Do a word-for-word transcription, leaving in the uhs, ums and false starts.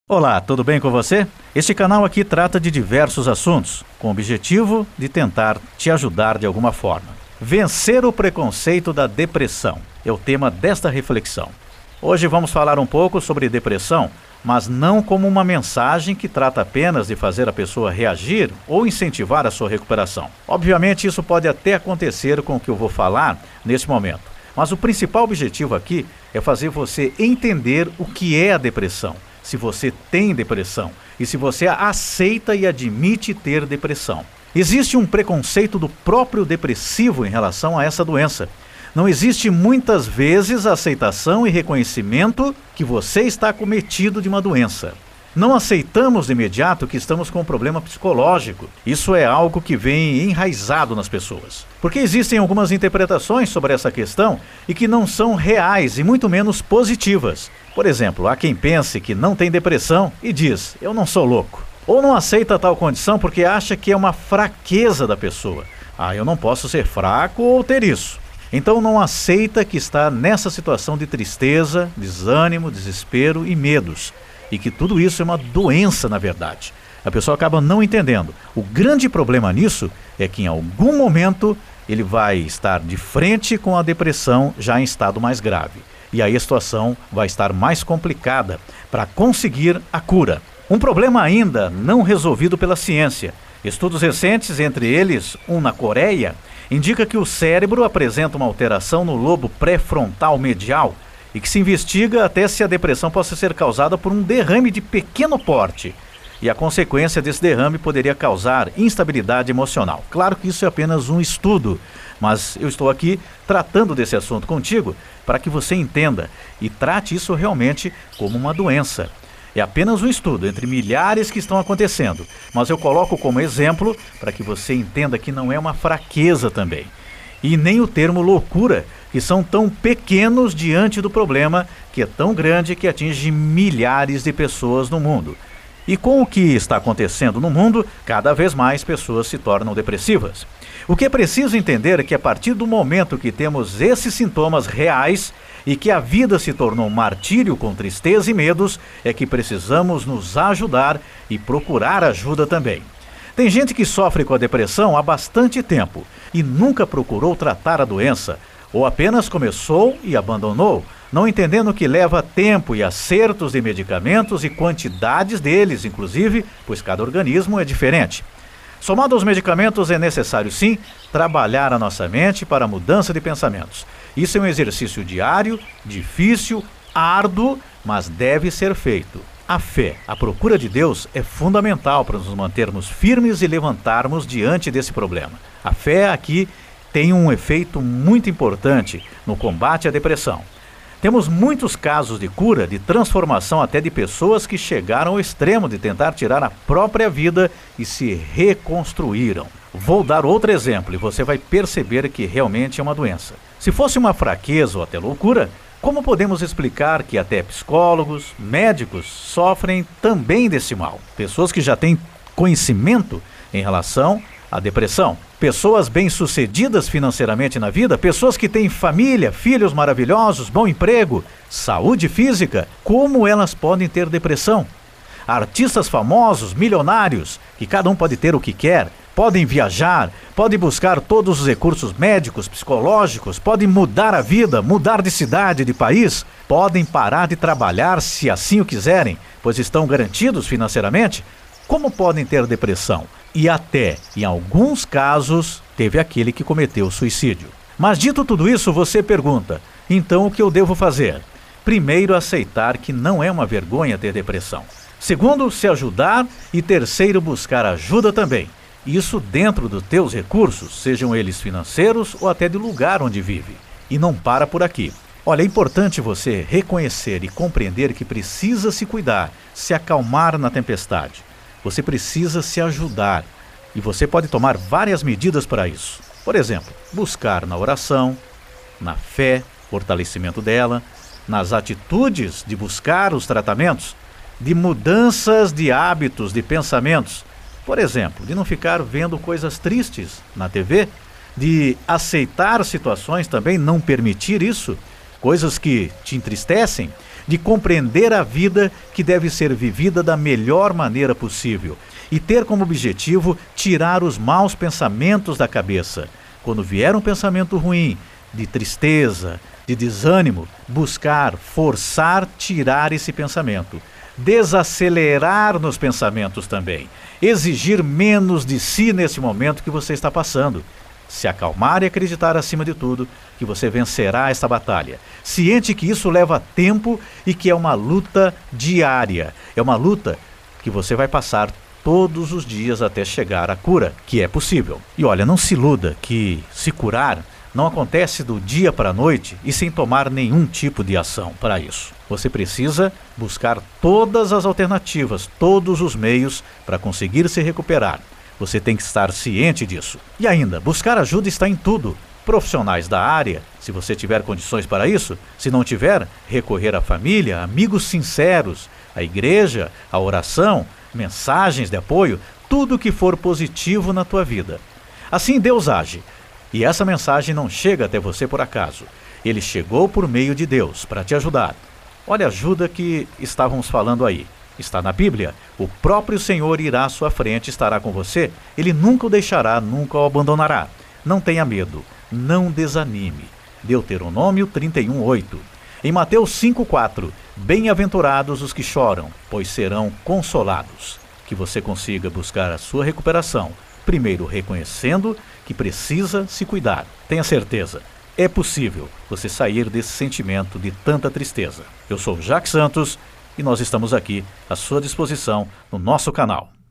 Olá, tudo bem com você? Este canal aqui trata de diversos assuntos, com o objetivo de tentar te ajudar de alguma forma. Vencer o preconceito da depressão é o tema desta reflexão. Hoje vamos falar um pouco sobre depressão, mas não como uma mensagem que trata apenas de fazer a pessoa reagir ou incentivar a sua recuperação. Obviamente isso pode até acontecer com o que eu vou falar neste momento, mas o principal objetivo aqui é fazer você entender o que é a depressão. Se você tem depressão e se você aceita e admite ter depressão. Existe um preconceito do próprio depressivo em relação a essa doença. Não existe muitas vezes a aceitação e reconhecimento que você está acometido de uma doença. Não aceitamos de imediato que estamos com um problema psicológico. Isso é algo que vem enraizado nas pessoas. Porque existem algumas interpretações sobre essa questão e que não são reais e muito menos positivas. Por exemplo, há quem pense que não tem depressão e diz, eu não sou louco. Ou não aceita tal condição porque acha que é uma fraqueza da pessoa. Ah, eu não posso ser fraco ou ter isso. Então não aceita que está nessa situação de tristeza, desânimo, desespero e medos. E que tudo isso é uma doença, na verdade. A pessoa acaba não entendendo. O grande problema nisso é que em algum momento ele vai estar de frente com a depressão já em estado mais grave. E aí a situação vai estar mais complicada para conseguir a cura. Um problema ainda não resolvido pela ciência. Estudos recentes, entre eles um na Coreia, indica que o cérebro apresenta uma alteração no lobo pré-frontal medial e que se investiga até se a depressão possa ser causada por um derrame de pequeno porte. E a consequência desse derrame poderia causar instabilidade emocional. Claro que isso é apenas um estudo, mas eu estou aqui tratando desse assunto contigo para que você entenda e trate isso realmente como uma doença. É apenas um estudo entre milhares que estão acontecendo, mas eu coloco como exemplo para que você entenda que não é uma fraqueza também. E nem o termo loucura, que são tão pequenos diante do problema que é tão grande que atinge milhares de pessoas no mundo. E com o que está acontecendo no mundo, cada vez mais pessoas se tornam depressivas. O que é preciso entender é que a partir do momento que temos esses sintomas reais e que a vida se tornou um martírio com tristeza e medos, é que precisamos nos ajudar e procurar ajuda também. Tem gente que sofre com a depressão há bastante tempo e nunca procurou tratar a doença, ou apenas começou e abandonou, não entendendo que leva tempo e acertos de medicamentos e quantidades deles, inclusive, pois cada organismo é diferente. Somado aos medicamentos, é necessário sim trabalhar a nossa mente para a mudança de pensamentos. Isso é um exercício diário, difícil, árduo, mas deve ser feito. A fé, a procura de Deus é fundamental para nos mantermos firmes e levantarmos diante desse problema. A fé aqui tem um efeito muito importante no combate à depressão. Temos muitos casos de cura, de transformação até de pessoas que chegaram ao extremo de tentar tirar a própria vida e se reconstruíram. Vou dar outro exemplo e você vai perceber que realmente é uma doença. Se fosse uma fraqueza ou até loucura, como podemos explicar que até psicólogos, médicos sofrem também desse mal? Pessoas que já têm conhecimento em relação à depressão. Pessoas bem-sucedidas financeiramente na vida, pessoas que têm família, filhos maravilhosos, bom emprego, saúde física, como elas podem ter depressão? Artistas famosos, milionários, que cada um pode ter o que quer, podem viajar, podem buscar todos os recursos médicos, psicológicos, podem mudar a vida, mudar de cidade, de país, podem parar de trabalhar se assim o quiserem, pois estão garantidos financeiramente. Como podem ter depressão? E até, em alguns casos, teve aquele que cometeu suicídio. Mas dito tudo isso, você pergunta, então o que eu devo fazer? Primeiro, aceitar que não é uma vergonha ter depressão. Segundo, se ajudar e terceiro, buscar ajuda também. Isso dentro dos teus recursos, sejam eles financeiros ou até do lugar onde vive. E não para por aqui. Olha, é importante você reconhecer e compreender que precisa se cuidar, se acalmar na tempestade. Você precisa se ajudar e você pode tomar várias medidas para isso. Por exemplo, buscar na oração, na fé, fortalecimento dela, nas atitudes de buscar os tratamentos, de mudanças de hábitos, de pensamentos. Por exemplo, de não ficar vendo coisas tristes na T V, de aceitar situações também, não permitir isso, coisas que te entristecem, de compreender a vida que deve ser vivida da melhor maneira possível e ter como objetivo tirar os maus pensamentos da cabeça. Quando vier um pensamento ruim, de tristeza, de desânimo, buscar, forçar, tirar esse pensamento. Desacelerar nos pensamentos também. Exigir menos de si nesse momento que você está passando. Se acalmar e acreditar, acima de tudo, que você vencerá esta batalha. Ciente que isso leva tempo e que é uma luta diária. É uma luta que você vai passar todos os dias até chegar à cura, que é possível. E olha, não se iluda que se curar não acontece do dia para a noite e sem tomar nenhum tipo de ação para isso. Você precisa buscar todas as alternativas, todos os meios para conseguir se recuperar. Você tem que estar ciente disso. E ainda, buscar ajuda está em tudo. Profissionais da área, se você tiver condições para isso. Se não tiver, recorrer à família, amigos sinceros, à igreja, à oração, mensagens de apoio, tudo que for positivo na tua vida. Assim Deus age. E essa mensagem não chega até você por acaso. Ele chegou por meio de Deus para te ajudar. Olha a ajuda que estávamos falando aí. Está na Bíblia. O próprio Senhor irá à sua frente, estará com você. Ele nunca o deixará, nunca o abandonará. Não tenha medo, não desanime. Deuteronômio trinta e um, oito. Em Mateus cinco, quatro. Bem-aventurados os que choram, pois serão consolados. Que você consiga buscar a sua recuperação, primeiro reconhecendo que precisa se cuidar. Tenha certeza, é possível você sair desse sentimento de tanta tristeza. Eu sou Jacques Santos e nós estamos aqui à sua disposição no nosso canal.